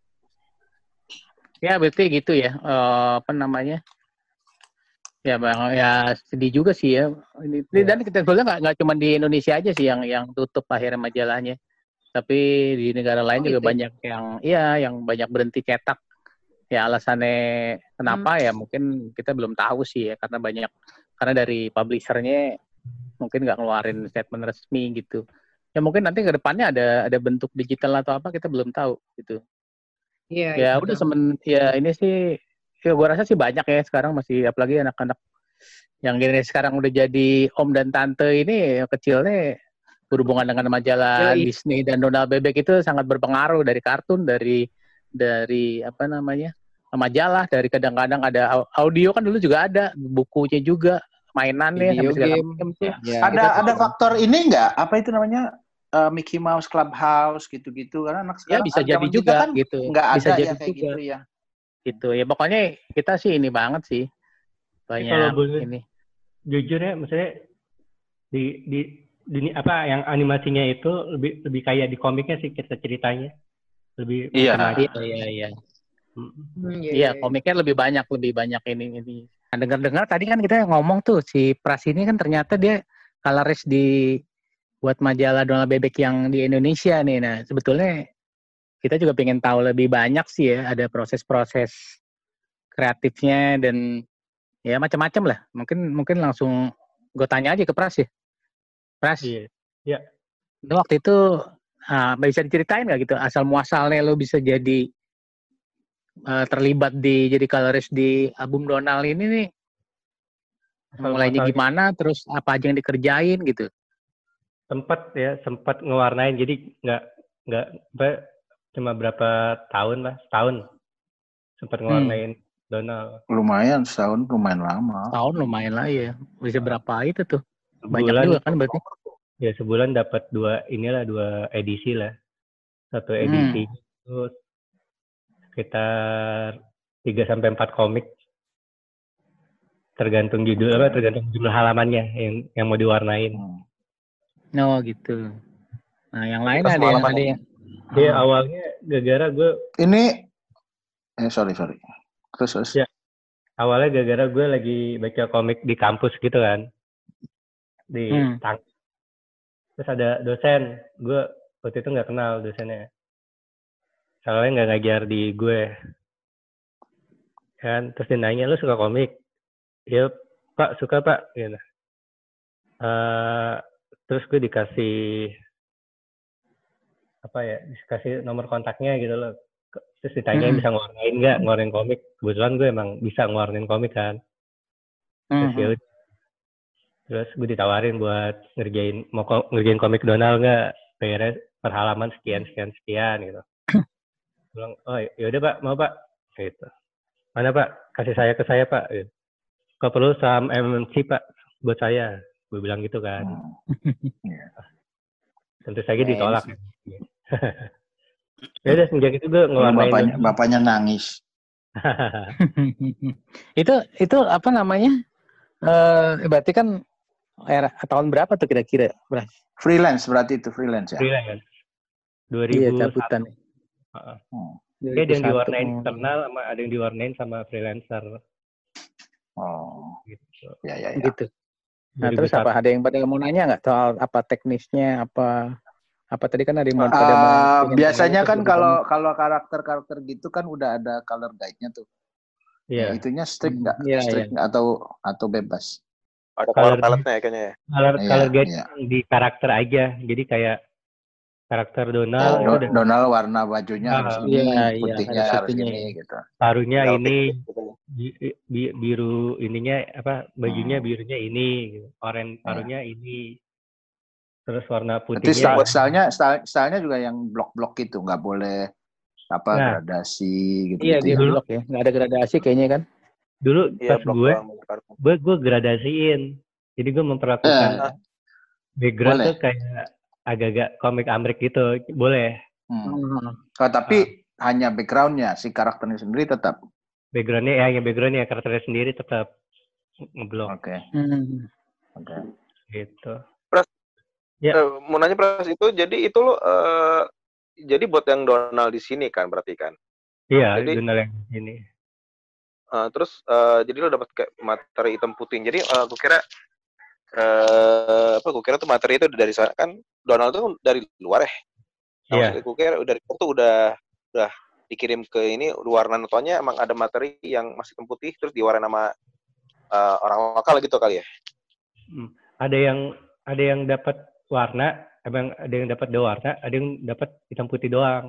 Ya berarti gitu ya. Apa namanya? Ya bang, ya sedih juga sih ya. Dan kita sebenarnya nggak cuma di Indonesia aja sih yang tutup akhirnya majalahnya, tapi di negara lain juga banyak yang banyak berhenti cetak. Ya alasannya kenapa ya mungkin kita belum tahu sih ya karena dari publishernya mungkin nggak ngeluarin statement resmi gitu. Ya mungkin nanti ke depannya ada bentuk digital atau apa kita belum tahu gitu. Ya udah ini sih. Ya, gue rasa sih banyak ya sekarang masih apalagi anak-anak yang gini sekarang udah jadi om dan tante ini yang kecilnya berhubungan dengan majalah Disney dan Donald Bebek itu sangat berpengaruh dari kartun dari apa namanya majalah dari kadang-kadang ada audio kan dulu juga ada bukunya juga mainannya sampai segala macam tuh. Ya, ada faktor ini enggak apa itu namanya Mickey Mouse Clubhouse gitu-gitu karena anak sekarang bisa jadi juga kan gitu nggak bisa ada jadi ya kayak juga. gitu ya. Gitu ya pokoknya kita sih ini banget sih banyak kalau ini jujur ya maksudnya di apa yang animasinya itu lebih kayak di komiknya sih kita ceritanya lebih iya Iya, komiknya lebih banyak ini. Nah, dengar-dengar tadi kan kita ngomong tuh si Pras ini kan ternyata dia colorist buat majalah Donald Bebek yang di Indonesia nih. Nah, sebetulnya kita juga pengen tahu lebih banyak sih ya, ada proses-proses kreatifnya dan ya macam-macam lah. Mungkin langsung gue tanya aja ke Pras ya. Pras. Iya. Waktu itu bisa diceritain nggak gitu asal muasalnya lo bisa jadi terlibat jadi colorist di album Donald ini nih, mulainya gimana, terus apa aja yang dikerjain gitu? Sempat ngewarnain, jadi nggak cuma berapa tahun lah, setahun sempat ngewarnain Donald. Lumayan, setahun lumayan lama. Setahun lumayan lah ya, bisa berapa itu tuh? Banyak juga kan berarti? Ya sebulan dapat 2 edisi lah, satu edisi itu sekitar 3-4 komik, tergantung judul halamannya yang mau diwarnain. Oh gitu. Nah yang lain ada yang Iya awalnya gara-gara gue sorry terus ya awalnya gara-gara gue lagi baca komik di kampus gitu kan di terus ada dosen, gue waktu itu nggak kenal dosennya, soalnya nggak ngajar di gue kan. Terus dia nanya, lu suka komik? Ya Pak, suka Pak gitu. Terus gue dikasih nomor kontaknya gitu loh. Terus ditanya bisa ngewarnain nggak, ngewarnain komik. Kebetulan gue emang bisa ngewarnain komik kan. Terus gue ditawarin buat ngerjain komik Donald nggak, bayarnya per halaman sekian gitu. Bilang, oh yaudah Pak, mau Pak gitu. Mana Pak, kasih ke saya Pak gitu. Kok perlu saham MMC Pak buat saya, gue bilang gitu kan. Tentu saja ditolak. Ya udah sejak itu gue ngewarnain. Bapaknya nangis. itu apa namanya? Berarti kan tahun berapa tuh kira-kira? Freelance berarti itu freelance ya? Freelance. 2001. Iya, cabutan. Dia ada yang diwarnain internal, ada yang diwarnain sama freelancer. Oh. Gitu. Ya. Gitu. Nah, terus apa? Ada yang pada mau nanya nggak soal apa teknisnya, apa tadi kan ada yang biasanya kan kalau karakter gitu kan udah ada color guide-nya tuh. Iya. Ya, itunya strict nggak? Strict nggak atau bebas? Ada color palette-nya kayaknya ya. Color guide di karakter aja. Jadi kayak karakter Donald. Donald warna bajunya harus ini, putihnya harus ini gitu. Parunya ini, biru ininya bajunya birunya ini, oranye parunya ini. Terus warna putihnya. Stylenya juga yang blok-blok gitu, nggak boleh gradasi gitu. Iya, dia blok ya, nggak ada gradasi kayaknya kan. Dulu pas gue gradasiin, jadi gue memperlakukan background tuh kayak agak-agak komik Amrik gitu, boleh. Tapi hanya backgroundnya, si karakternya sendiri tetap. Backgroundnya karakternya sendiri tetap ngeblok. Oke. Gitu. Pras, mau nanya Pras, itu jadi itu lo jadi buat yang Donald di sini kan berarti kan? Iya, Donald yang di sini. Terus jadi lo dapat kayak materi hitam putih. Jadi gue kira gue kira tuh materi itu dari sana kan. Donald tuh dari luar ya. Iya. Gue kira dari itu udah dikirim ke ini warna notonya emang ada materi yang masih hitam putih terus diwarnain sama orang lokal gitu kali ya. Ada yang dapat warna, emang ada yang dapat 2 warna, ada yang dapat hitam putih doang.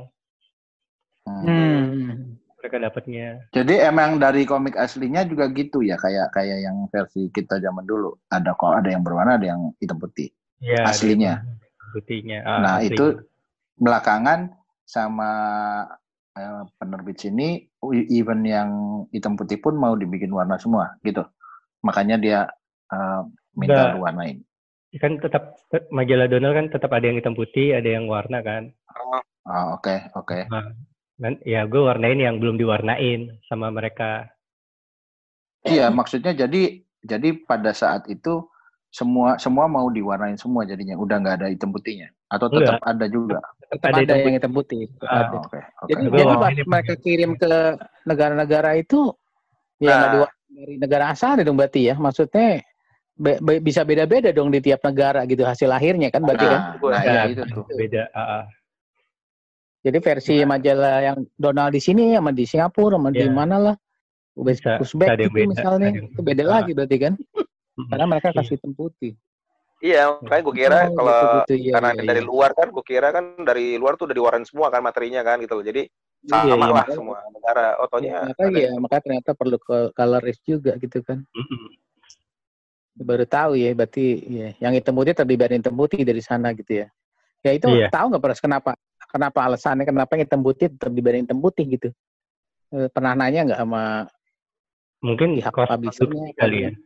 Mereka dapatnya. Jadi emang dari komik aslinya juga gitu ya, kayak yang versi kita zaman dulu. Ada yang berwarna, ada yang hitam putih. Ya, aslinya. Putihnya. Nah, aslinya. Itu belakangan sama penerbit sini, even yang hitam putih pun mau dibikin warna semua gitu. Makanya dia minta warnain. Kan tetap majalah Donald kan tetap ada yang hitam putih, ada yang warna kan. Oke. Nah, ya gue warnain yang belum diwarnain sama mereka. Iya, maksudnya jadi pada saat itu semua mau diwarnain semua jadinya, udah nggak ada hitam putihnya atau tetap ada juga. tetap ada yang hitam putih. Oke. Jadi pas mereka kirim ke negara-negara itu ya nggak dari negara asal dong berarti ya. Maksudnya bisa beda-beda dong di tiap negara gitu hasil akhirnya kan berarti kan? Nah, itu tuh. Beda. Jadi versi majalah yang Donald di sini sama di Singapura sama di mana lah. Uzbek itu misalnya itu beda lagi berarti kan? Karena mereka kasih hitam putih. Iya, makanya gue kira kalau karena dari luar kan, gue kira kan dari luar tuh udah diwarnain semua kan materinya kan gitu loh. Jadi sama lah semua negara. Makanya ternyata perlu coloris juga gitu kan. Baru tahu ya, berarti ya, yang hitam putih terdibarin hitam putih dari sana gitu ya. Ya itu tahu nggak Pras kenapa alasannya kenapa hitam putih terdibarin hitam putih gitu? Pernah nanya nggak sama mungkin pihak cost publishernya kali ya?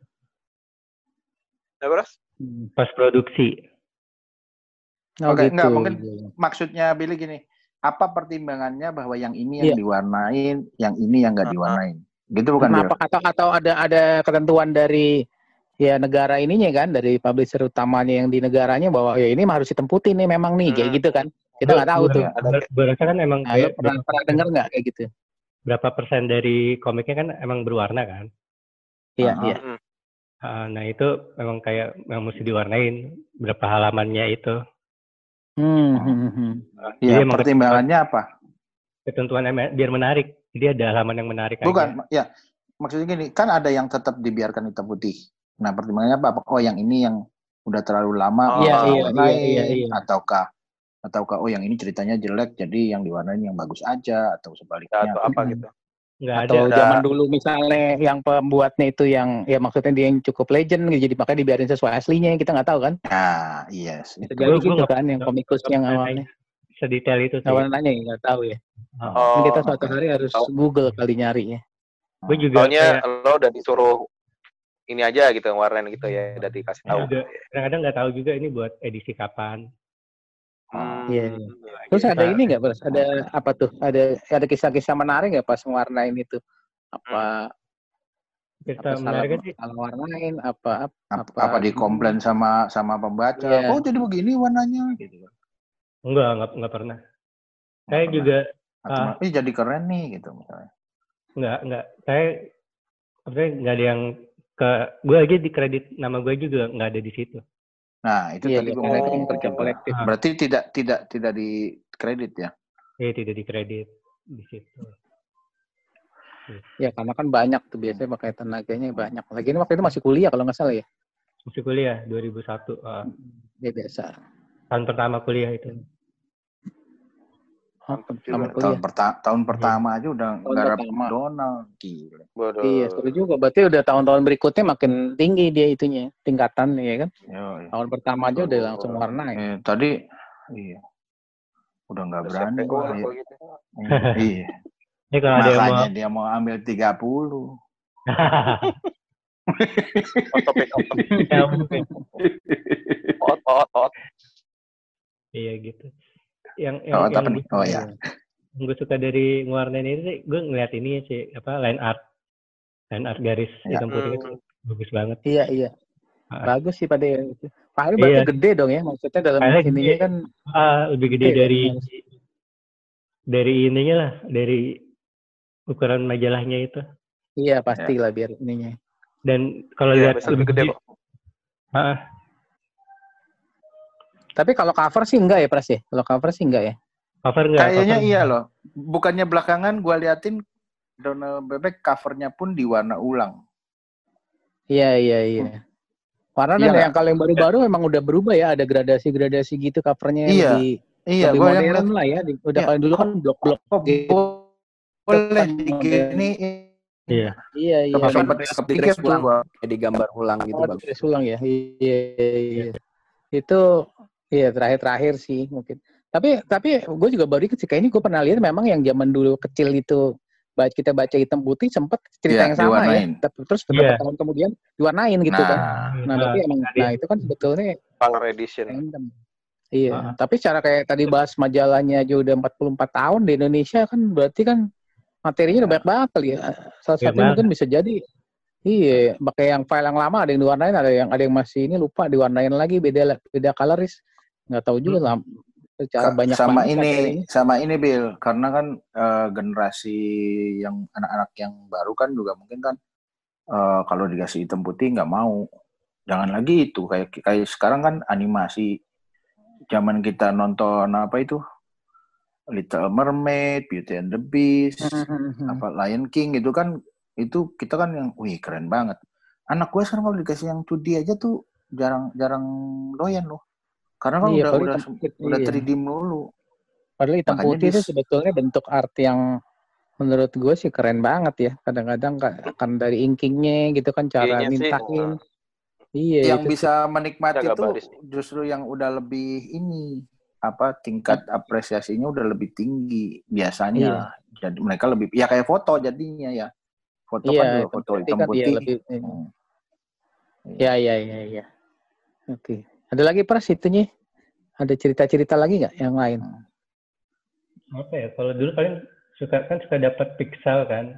Pas produksi. Oke, gitu. Enggak, mungkin maksudnya Billy gini, apa pertimbangannya bahwa yang ini yang diwarnain, yang ini yang nggak diwarnain? Gitu bukan? Kenapa? Atau ada ketentuan dari ya negara ininya kan, dari publisher utamanya yang di negaranya bahwa ya ini harus hitam putih nih memang nih, kayak gitu kan? Kita nggak tahu tuh. Berasa kan emang kayak pernah dengar nggak kayak gitu? Berapa persen dari komiknya kan emang berwarna kan? Iya. Nah itu memang kayak memang mesti diwarnain berapa halamannya itu. Iya, pertimbangannya apa? Ketentuan biar menarik. Jadi ada halaman yang menarik. Bukan, ya maksudnya gini, kan ada yang tetap dibiarkan hitam putih. Nah pertimbangannya apa? Oh yang ini yang udah terlalu lama. Iya. Ataukah yang ini ceritanya jelek, jadi yang diwarnain yang bagus aja atau sebaliknya? Atau apa gitu? Atau zaman dulu misalnya yang pembuatnya itu yang ya maksudnya dia yang cukup legend gitu, jadi makanya dibiarin sesuai aslinya, kita nggak tahu kan? Nah, yes. Jadi gitu kan yang komikus yang awalnya. Sedetail itu sih. Awalnya nanya nggak tahu ya. Kita suatu hari harus Google kali nyarinya. Gue juga. Soalnya lo udah disuruh ini aja gitu warnain gitu ya, udah dikasih tahu. Kadang-kadang nggak tahu juga ini buat edisi kapan. Iya. Terus ada ini nggak, Bos? Ada apa tuh? Ada kisah-kisah menarik nggak pas mewarnain itu? Apa? Kisah menarik sih. Kalau warnain apa dikomplain sama pembaca? Yeah. Oh jadi begini warnanya gitu. Enggak pernah. Saya juga. Ini jadi keren nih gitu misalnya. Enggak. Saya nggak ada yang gue aja di kredit nama gue juga nggak ada di situ. Nah, itu tadi gue ngomong kerja kolektif. Berarti tidak di kredit ya? Iya, tidak di kredit di situ. Ya, karena kan banyak tuh biasanya pakai tenaganya banyak. Lagi ini waktu itu masih kuliah kalau nggak salah ya? Masih kuliah 2001. Ya biasa. Tahun pertama kuliah itu. Tahun pertama aja udah garap Donald. Gila. Iya, seru juga. Berarti udah tahun-tahun berikutnya makin tinggi dia itunya, tingkatan ya kan? Tahun pertama aja udah langsung warna ya. Tadi udah nggak berani gua. Iya. Makanya dia mau ambil 30. Iya gitu. Yang gue suka dari ngewarnain ini sih, gue ngeliat ini sih line art garis hitam putih itu bagus banget. Iya. Bagus sih pada itu. Filenya berarti gede dong ya, maksudnya dalam ininya kan lebih gede dari ininya lah, dari ukuran majalahnya itu. Iya pasti lah biar ininya. Dan kalau lihat lebih gede kok. Tapi kalau cover sih enggak ya, Pras ya? Kalau cover sih enggak ya? Cover enggak. Kayaknya iya loh. Bukannya belakangan gue liatin Donald Bebek covernya pun diwarna ulang. Iya. Warna yang kalau yang baru-baru memang udah berubah ya, ada gradasi-gradasi gitu covernya lebih modern lah ya. Udah kalau dulu kan blok-blok gitu. Boleh digini. Iya. Digambar ulang gitu bagus. Ulang ya. Iya. Itu terakhir sih mungkin. Tapi gue juga baru ingat sih, kayaknya gue pernah lihat memang yang zaman dulu kecil itu kita baca hitam putih sempat cerita yang sama diwarnain. Ya. Terus beberapa tahun kemudian diwarnain gitu kan. Tapi emang itu kan sebetulnya color edition. Iya. Tapi secara kayak tadi bahas majalahnya aja udah 44 tahun di Indonesia kan, berarti kan materinya udah banyak banget kali ya. Salah satu mungkin bisa jadi pakai yang file yang lama ada yang diwarnain, ada yang masih ini lupa diwarnain lagi beda coloris. Nggak tahu juga lah. secara banyak sama banget materinya. sama ini Bill, karena kan generasi yang anak-anak yang baru kan juga mungkin kan kalau dikasih hitam putih nggak mau. Jangan lagi itu kayak sekarang kan animasi. Zaman kita nonton apa itu Little Mermaid, Beauty and the Beast, apa Lion King itu kan, itu kita kan yang wih keren banget. Anak gue sekarang kalau dikasih yang 2D aja tuh jarang doyan loh. Karena kan Iya, udah 3D melulu. Padahal hitam Makanya putih itu sebetulnya bentuk art yang menurut gue sih keren banget ya. Kadang-kadang kan dari inkingnya gitu kan, cara mintain. Iya, yang bisa menikmati Agak tuh baris. justru yang udah lebih ini, apa tingkat apresiasinya udah lebih tinggi biasanya. Iya. Jadi mereka lebih ya kayak foto jadinya ya. Foto Iya, kan juga foto hitam kan putih. iya, lebih, iya. Oke. Ada lagi Pras itunya? Ada cerita-cerita lagi nggak yang lain? Apa ya? Kalau dulu paling suka dapat pixel kan.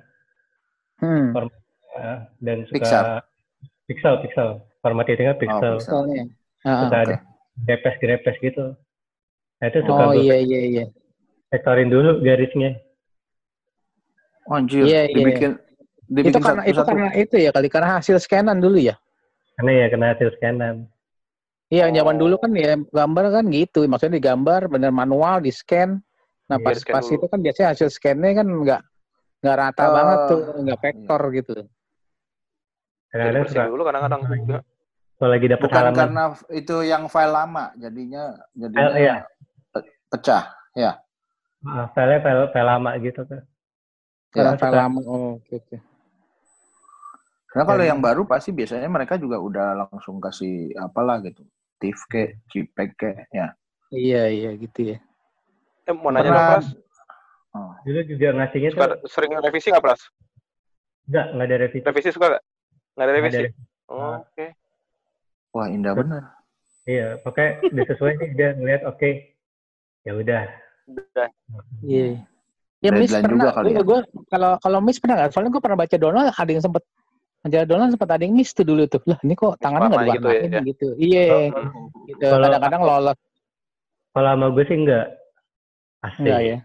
Dan suka pixel. Format itu kan pixel. Suka ada grepes gitu. Nah, itu suka gue iya. vektorin dulu garisnya. Oh, anjir, iya. dibikin itu karena itu ya kali, karena hasil scanan dulu ya. Kena hasil scanan. Iya, zaman dulu kan ya gambar kan gitu, maksudnya digambar bener manual, di scan. Nah pas itu kan biasanya hasil scan-nya kan nggak rata banget tuh, nggak vektor gitu. Kadang-kadang suka dulu kadang-kadang juga. Kalau lagi dapat bukan halaman. Karena itu yang file lama, jadinya pecah, ya. File lama gitu kan. Ya, file lama. Oke. Karena kalau yang baru pasti biasanya mereka juga udah langsung kasih apalah gitu, TIFF ke, JPEG ke, ya. Iya gitu ya. Mau nanya dong, Pras. Dulu juga ngasihnya tuh. Sering revisi nggak, Pras? Nggak ada revisi. Revisi suka nggak? Nggak ada revisi? Oke. Wah, indah bener. Iya, pokoknya udah sesuai sih, dia ngeliat oke. Ya udah. Iya. Ya Miss pernah, gue kalau Miss pernah nggak? Soalnya gue pernah baca Donald, ada yang sempet majalah Donald sempat ada yang Miss tuh dulu tuh. Lah ini kok tangannya nggak diwarnain gitu. Iya. Gitu. Kadang-kadang lolos. Kalau sama gue sih enggak. Asik. Enggak ya.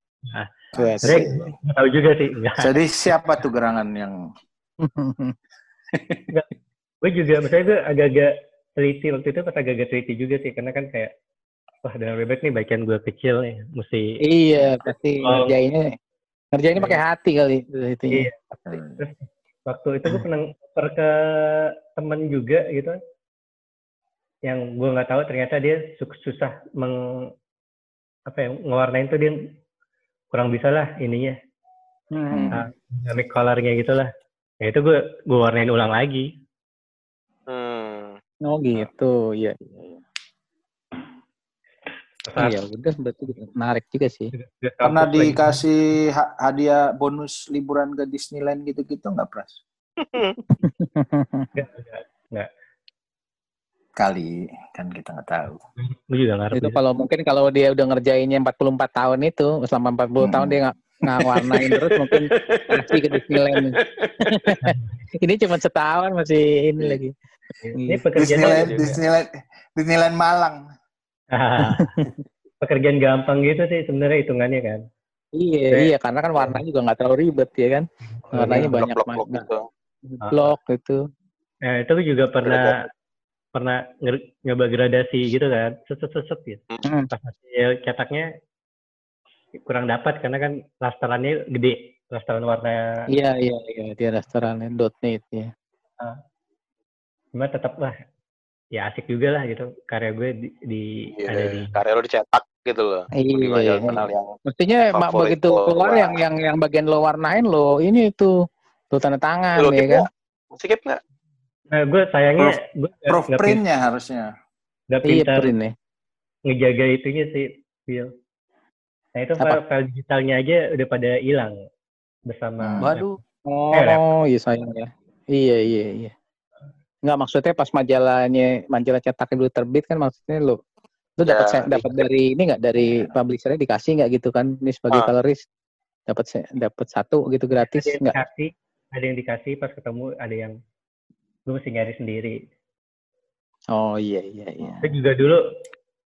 Tahu juga sih. Enggak. Jadi siapa tuh gerangan yang? Enggak. Gue juga, misalnya gue agak-agak teliti waktu itu, pas agak-agak teliti juga sih, karena kan kayak wah dengan Rebek nih bagian gue kecil nih, mesti. Iya, pasti ngerjainnya pakai hati kali itu. Iya. Terus waktu itu gue pernah ke temen juga gitu, yang gue nggak tahu ternyata dia susah ngewarnain tuh, dia kurang bisa lah ininya, dynamic color-nya gitulah. Ya itu gue warnain ulang lagi. Oh gitu, iya. Iya, udah berarti menarik juga sih. Pernah dikasih hadiah bonus liburan ke Disneyland gitu-gitu nggak, Pras? Nggak. Kali, kan kita nggak tahu. Gue juga ngarep. Itu kalau dia udah ngerjainnya 44 tahun itu, selama 40 tahun dia nggak warnain terus, mungkin masih ke Disneyland. Ini cuma setahun masih ini lagi. Ini Disneyland Malang. Pekerjaan gampang gitu sih sebenarnya hitungannya kan. Iya, karena kan warnanya juga nggak terlalu ribet ya kan. Warnanya banyak blok gitu. Nah itu juga pernah nyoba gradasi gitu kan, set gitu. Pas hasil cetaknya kurang dapat karena kan rasterannya gede, rasteran warna. Iya, dia rasterannya .NET ya. Cuma tetap lah, ya asik juga lah gitu, karya gue ada di karya lo dicetak gitu loh. Iya. Mestinya begitu keluar yang bagian lo warnain lo ini tuh tanda tangan ya kan. Skip nggak? Nah, gue sayangnya proof printnya harusnya. Nggak pintar ngejaga itunya sih, Phil. Nah itu file digitalnya aja udah pada hilang bersama. Waduh. Oh, iya sayang ya. Iya. Nggak, maksudnya pas majalah cetaknya dulu terbit kan, maksudnya lo dapat dari ini nggak, dari publishernya dikasih nggak gitu kan, ini sebagai colorist dapat satu gitu gratis nggak? Ada yang dikasih, pas ketemu ada yang gue mesti nyari sendiri. Oh iya. Gue juga dulu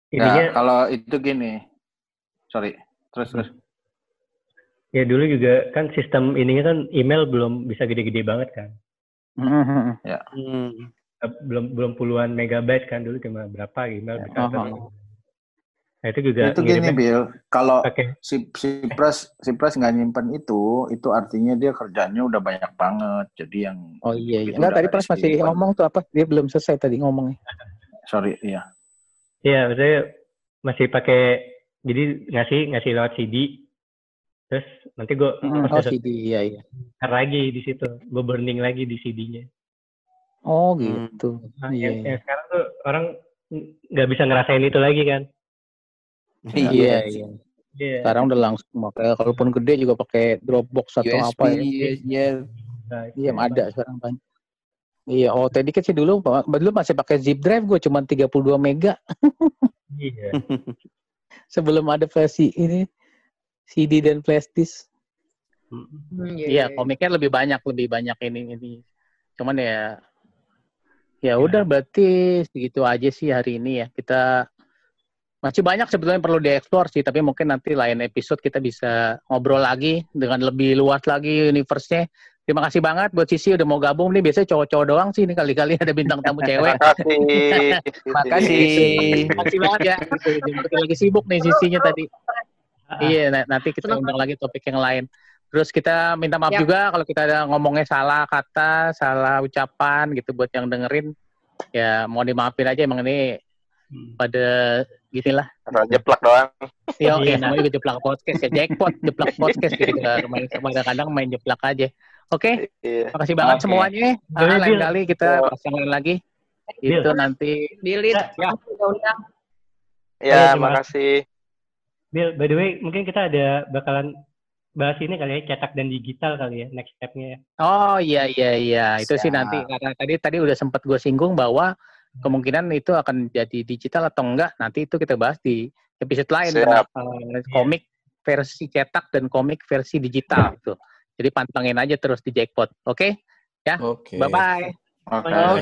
Ya, kalau itu gini. Sorry. Terus. Ya dulu juga kan sistem ininya kan email belum bisa gede-gede banget kan. Ya. Belum puluhan megabyte kan, dulu cuma berapa email bisa. Nah, itu juga itu gini Bill, kalau si Pres nggak nyimpen itu artinya dia kerjanya udah banyak banget. Jadi yang enggak, tadi Pres masih ngomong tuh apa? Dia belum selesai tadi ngomongnya. Sorry, iya. Iya, maksudnya masih pakai, jadi ngasih lewat CD. Terus nanti gue CD, iya. Lagi di situ, gue burning lagi di CD-nya. Oh gitu. Nah, yang sekarang tuh orang nggak bisa ngerasain itu lagi kan? Iya. Sekarang udah langsung pakai, kalaupun gede juga pakai Dropbox atau USB, apa ya. Iya, ada sekarang banyak. Iya, tadi kan sih dulu masih pakai zip drive, gue cuma 32 mega. Iya. Sebelum ada versi ini CD dan flash disk. Iya, komiknya lebih banyak ini. Cuman ya udah, berarti segitu aja sih hari ini ya. Kita masih banyak sebetulnya yang perlu dieksplor sih, tapi mungkin nanti lain episode kita bisa ngobrol lagi dengan lebih luas lagi universe-nya. Terima kasih banget buat Sisi udah mau gabung nih. Biasanya cowok-cowok doang sih ini, kali-kali ada bintang tamu cewek. Makasih banget ya. Kita lagi sibuk nih Sisinya tadi. Iya, nanti kita undang lagi topik yang lain. Terus kita minta maaf juga kalau kita ada ngomongnya salah kata, salah ucapan gitu buat yang dengerin. Ya mau dimaafin aja, emang ini pada ginilah. Jeplak doang. Iya, namanya juga jeplak podcast ya, jackpot jeplak podcast gitu. Kadang-kadang main jeplak aja. Oke, makasih banget semuanya. Lain kali kita bahas yang lain lagi. Itu nanti. Bill, ya, makasih. Bill, by the way, mungkin kita bakalan bahas ini kali ya, cetak dan digital kali ya, next step-nya ya. Oh iya. Itu sih nanti, karena tadi udah sempat gue singgung bahwa kemungkinan itu akan jadi digital atau enggak, nanti itu kita bahas di episode lain. Komik versi cetak dan komik versi digital. Gitu. Jadi pantengin aja terus di Jackpot. Oke? Ya? Oke. Bye-bye. Oke.